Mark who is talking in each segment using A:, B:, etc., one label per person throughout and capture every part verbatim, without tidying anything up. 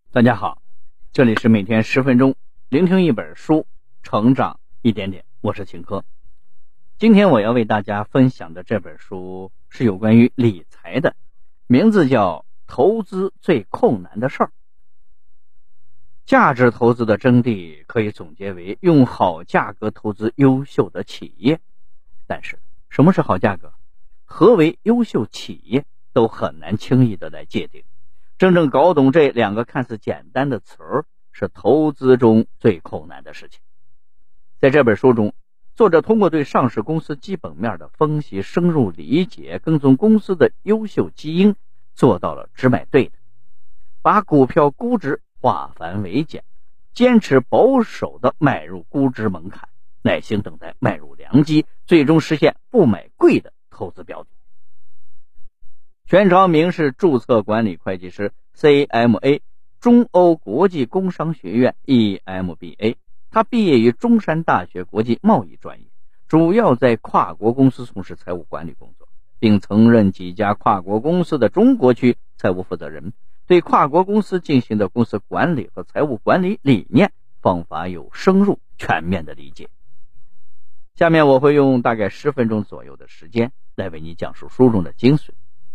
A: 大家好，这里是每天十分钟聆听一本书，成长一点点，我是秦科。今天我要为大家分享的这本书是有关于理财的，名字叫投资最困难的事儿。价值投资的真谛可以总结为用好价格投资优秀的企业。但是什么是好价格？何为优秀企业？都很难轻易的来界定。真正搞懂这两个看似简单的词儿，是投资中最困难的事情。在这本书中，作者通过对上市公司基本面的分析，深入理解跟踪公司的优秀基因，做到了只买对的，把股票估值化繁为简，坚持保守的买入估值门槛，耐心等待买入良机，最终实现不买贵的投资标的。全长明是注册管理会计师 C M A， 中欧国际工商学院 E M B A， 他毕业于中山大学国际贸易专业，主要在跨国公司从事财务管理工作，并曾任几家跨国公司的中国区财务负责人，对跨国公司进行的公司管理和财务管理理念方法有深入全面的理解。下面我会用大概十分钟左右的时间来为你讲述书中的精髓。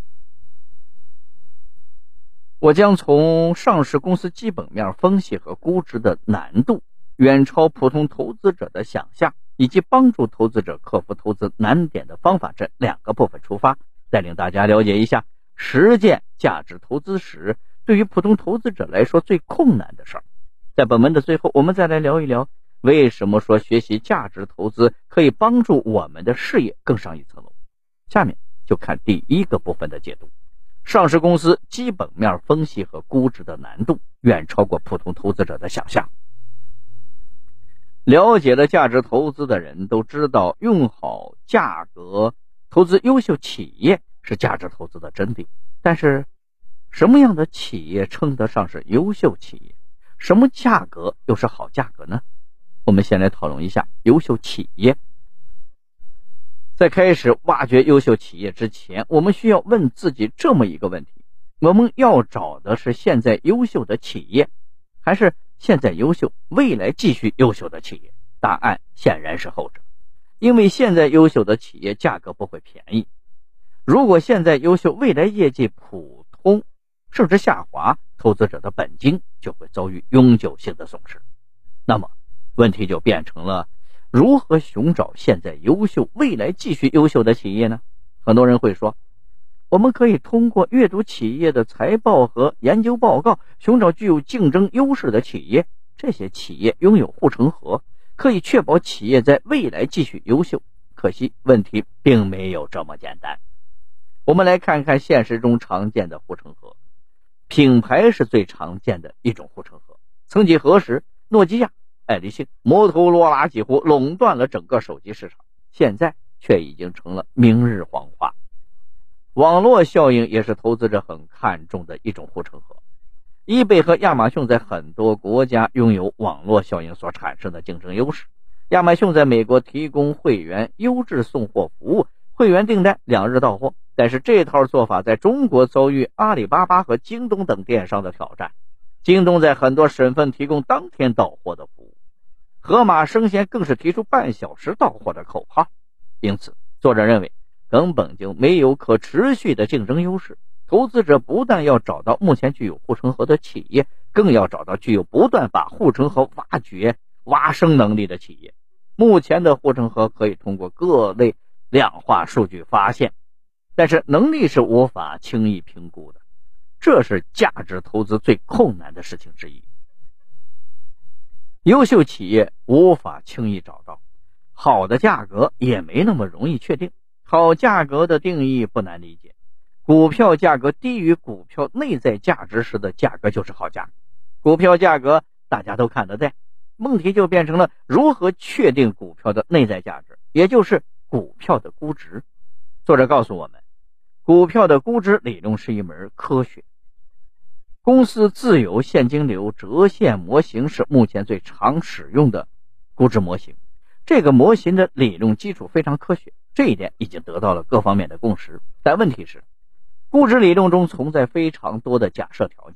A: 我将从上市公司基本面分析和估值的难度远超普通投资者的想象，以及帮助投资者克服投资难点的方法这两个部分出发，带领大家了解一下实践价值投资时对于普通投资者来说最困难的事儿。在本文的最后，我们再来聊一聊为什么说学习价值投资可以帮助我们的事业更上一层楼。下面就看第一个部分的解读。上市公司基本面分析和估值的难度远超过普通投资者的想象。了解了价值投资的人都知道，用好价格投资优秀企业是价值投资的真谛。但是什么样的企业称得上是优秀企业？什么价格又是好价格呢？我们先来讨论一下优秀企业。在开始挖掘优秀企业之前，我们需要问自己这么一个问题：我们要找的是现在优秀的企业，还是现在优秀未来继续优秀的企业？答案显然是后者，因为现在优秀的企业价格不会便宜。如果现在优秀未来业绩普通甚至下滑，投资者的本金就会遭遇永久性的损失。那么问题就变成了如何寻找现在优秀未来继续优秀的企业呢？很多人会说，我们可以通过阅读企业的财报和研究报告寻找具有竞争优势的企业，这些企业拥有护城河，可以确保企业在未来继续优秀。可惜问题并没有这么简单。我们来看看现实中常见的护城河。品牌是最常见的一种护城河。曾几何时，诺基亚、爱立信、摩托罗拉几乎垄断了整个手机市场，现在却已经成了明日黄花。网络效应也是投资者很看重的一种护城河。eBay和亚马逊在很多国家拥有网络效应所产生的竞争优势。亚马逊在美国提供会员优质送货服务，会员订单两日到货，但是这套做法在中国遭遇阿里巴巴和京东等电商的挑战。京东在很多省份提供当天到货的服务，盒马生鲜更是提出半小时到货的口号。因此作者认为根本就没有可持续的竞争优势。投资者不但要找到目前具有护城河的企业，更要找到具有不断把护城河挖掘挖深能力的企业。目前的护城河可以通过各类量化数据发现，但是能力是无法轻易评估的，这是价值投资最困难的事情之一。优秀企业无法轻易找到，好的价格也没那么容易确定。好价格的定义不难理解，股票价格低于股票内在价值时的价格就是好价格。股票价格大家都看得见，问题就变成了如何确定股票的内在价值，也就是股票的估值。作者告诉我们，股票的估值理论是一门科学。公司自由现金流折现模型是目前最常使用的估值模型。这个模型的理论基础非常科学，这一点已经得到了各方面的共识。但问题是，估值理论中存在非常多的假设条件，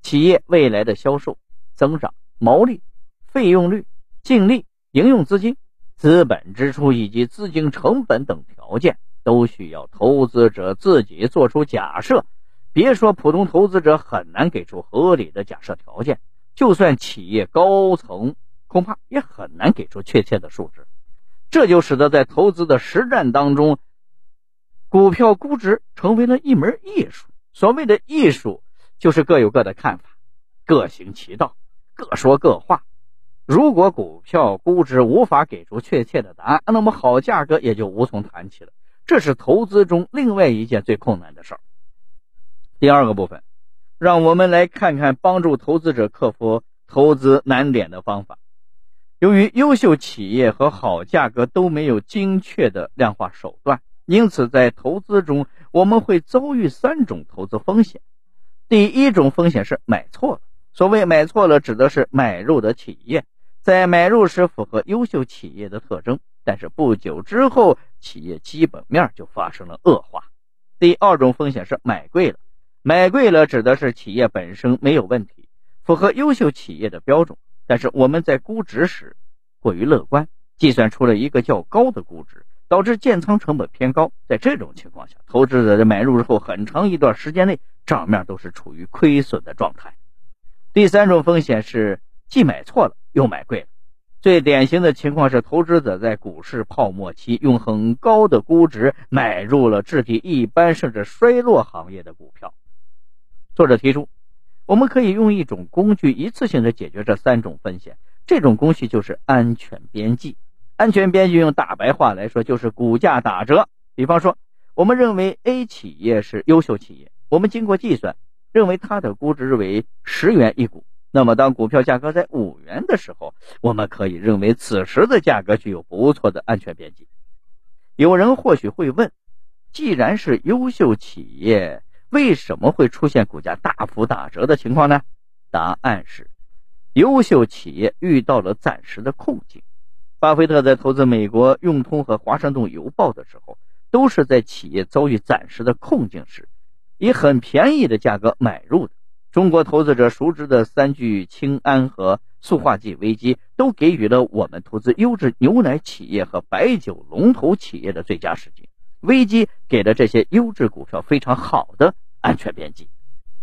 A: 企业未来的销售增长、毛利、费用率、净利、营用资金、资本支出以及资金成本等条件，都需要投资者自己做出假设。别说普通投资者很难给出合理的假设条件，就算企业高层恐怕也很难给出确切的数值。这就使得在投资的实战当中，股票估值成为了一门艺术。所谓的艺术，就是各有各的看法，各行其道，各说各话。如果股票估值无法给出确切的答案，那么好价格也就无从谈起了。这是投资中另外一件最困难的事儿。第二个部分，让我们来看看帮助投资者克服投资难点的方法。由于优秀企业和好价格都没有精确的量化手段，因此在投资中我们会遭遇三种投资风险。第一种风险是买错了。所谓买错了，指的是买入的企业在买入时符合优秀企业的特征，但是不久之后企业基本面就发生了恶化。第二种风险是买贵了。买贵了指的是企业本身没有问题，符合优秀企业的标准，但是我们在估值时过于乐观，计算出了一个较高的估值，导致建仓成本偏高。在这种情况下，投资者在买入之后很长一段时间内账面都是处于亏损的状态。第三种风险是既买错了又买贵了。最典型的情况是投资者在股市泡沫期用很高的估值买入了质地一般甚至衰落行业的股票。作者提出，我们可以用一种工具一次性的解决这三种风险，这种工具就是安全边际。安全边际用大白话来说就是股价打折。比方说，我们认为 A 企业是优秀企业，我们经过计算认为它的估值为十元一股，那么当股票价格在五元的时候，我们可以认为此时的价格具有不错的安全边际。有人或许会问，既然是优秀企业，为什么会出现股价大幅打折的情况呢？答案是，优秀企业遇到了暂时的困境。巴菲特在投资美国运通和华盛顿邮报的时候，都是在企业遭遇暂时的困境时，以很便宜的价格买入的。中国投资者熟知的三聚氰胺和塑化剂危机，都给予了我们投资优质牛奶企业和白酒龙头企业的最佳时机。危机给了这些优质股票非常好的安全边际。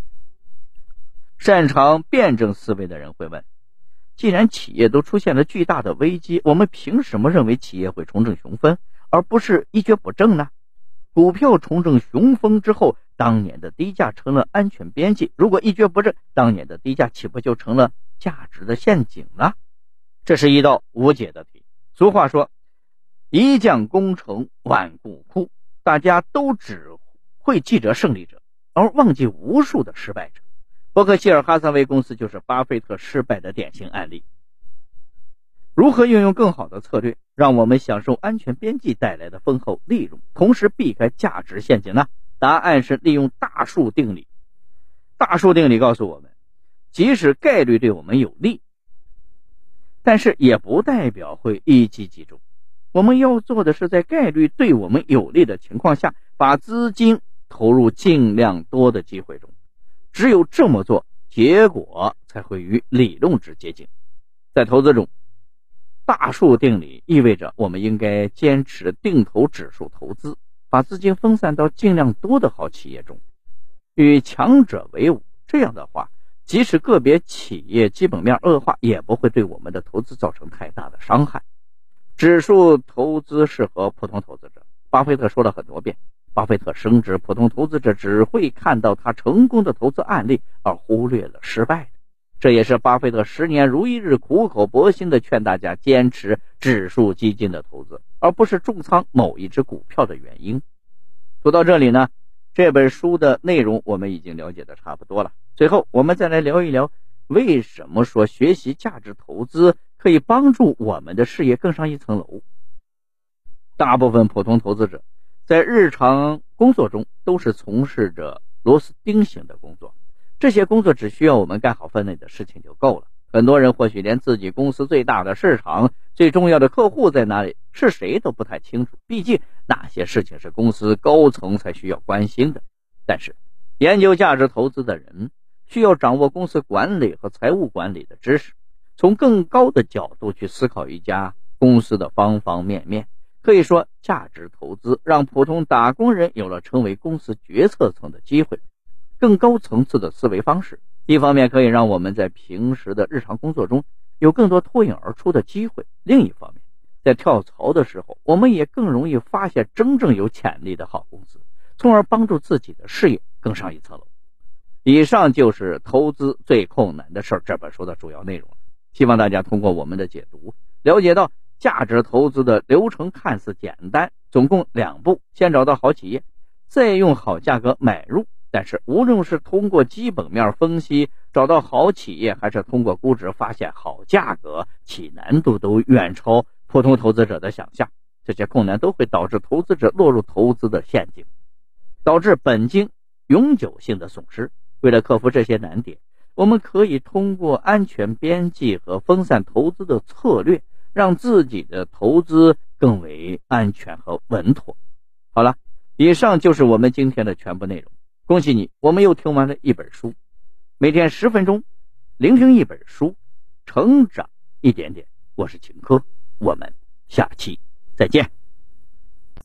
A: 擅长辩证思维的人会问，既然企业都出现了巨大的危机，我们凭什么认为企业会重振雄风，而不是一蹶不振呢？股票重振雄风之后，当年的低价成了安全边际，如果一蹶不振，当年的低价岂不就成了价值的陷阱了？这是一道无解的题。俗话说，一将功成万骨枯，大家都只会记着胜利者，而忘记无数的失败者。伯克希尔哈撒韦公司就是巴菲特失败的典型案例。如何运用更好的策略，让我们享受安全边际带来的丰厚利润，同时避开价值陷阱呢？答案是利用大数定理。大数定理告诉我们，即使概率对我们有利，但是也不代表会一击即中。我们要做的是在概率对我们有利的情况下，把资金投入尽量多的机会中。只有这么做，结果才会与理论之接近。在投资中，大数定理意味着我们应该坚持定投指数投资，把资金分散到尽量多的好企业中，与强者为伍。这样的话，即使个别企业基本面恶化，也不会对我们的投资造成太大的伤害。指数投资适合普通投资者，巴菲特说了很多遍。巴菲特深知普通投资者只会看到他成功的投资案例，而忽略了失败的。这也是巴菲特十年如一日苦口婆心地劝大家坚持指数基金的投资，而不是重仓某一只股票的原因。说到这里呢，这本书的内容我们已经了解的差不多了。最后我们再来聊一聊，为什么说学习价值投资可以帮助我们的事业更上一层楼。大部分普通投资者在日常工作中都是从事着螺丝钉型的工作，这些工作只需要我们干好分内的事情就够了。很多人或许连自己公司最大的市场、最重要的客户在哪里是谁都不太清楚，毕竟那些事情是公司高层才需要关心的。但是研究价值投资的人需要掌握公司管理和财务管理的知识，从更高的角度去思考一家公司的方方面面。可以说，价值投资让普通打工人有了成为公司决策层的机会，更高层次的思维方式。一方面可以让我们在平时的日常工作中有更多脱颖而出的机会，另一方面在跳槽的时候，我们也更容易发现真正有潜力的好公司，从而帮助自己的事业更上一层楼。以上就是《投资最困难的事》这本书的主要内容了。希望大家通过我们的解读，了解到价值投资的流程看似简单，总共两步：先找到好企业，再用好价格买入。但是无论是通过基本面分析找到好企业，还是通过估值发现好价格，其难度都远超普通投资者的想象。这些困难都会导致投资者落入投资的陷阱，导致本金永久性的损失。为了克服这些难点，我们可以通过安全边际和分散投资的策略，让自己的投资更为安全和稳妥。好了，以上就是我们今天的全部内容。恭喜你，我们又听完了一本书。每天十分钟，聆听一本书，成长一点点。我是秦科，我们下期再见。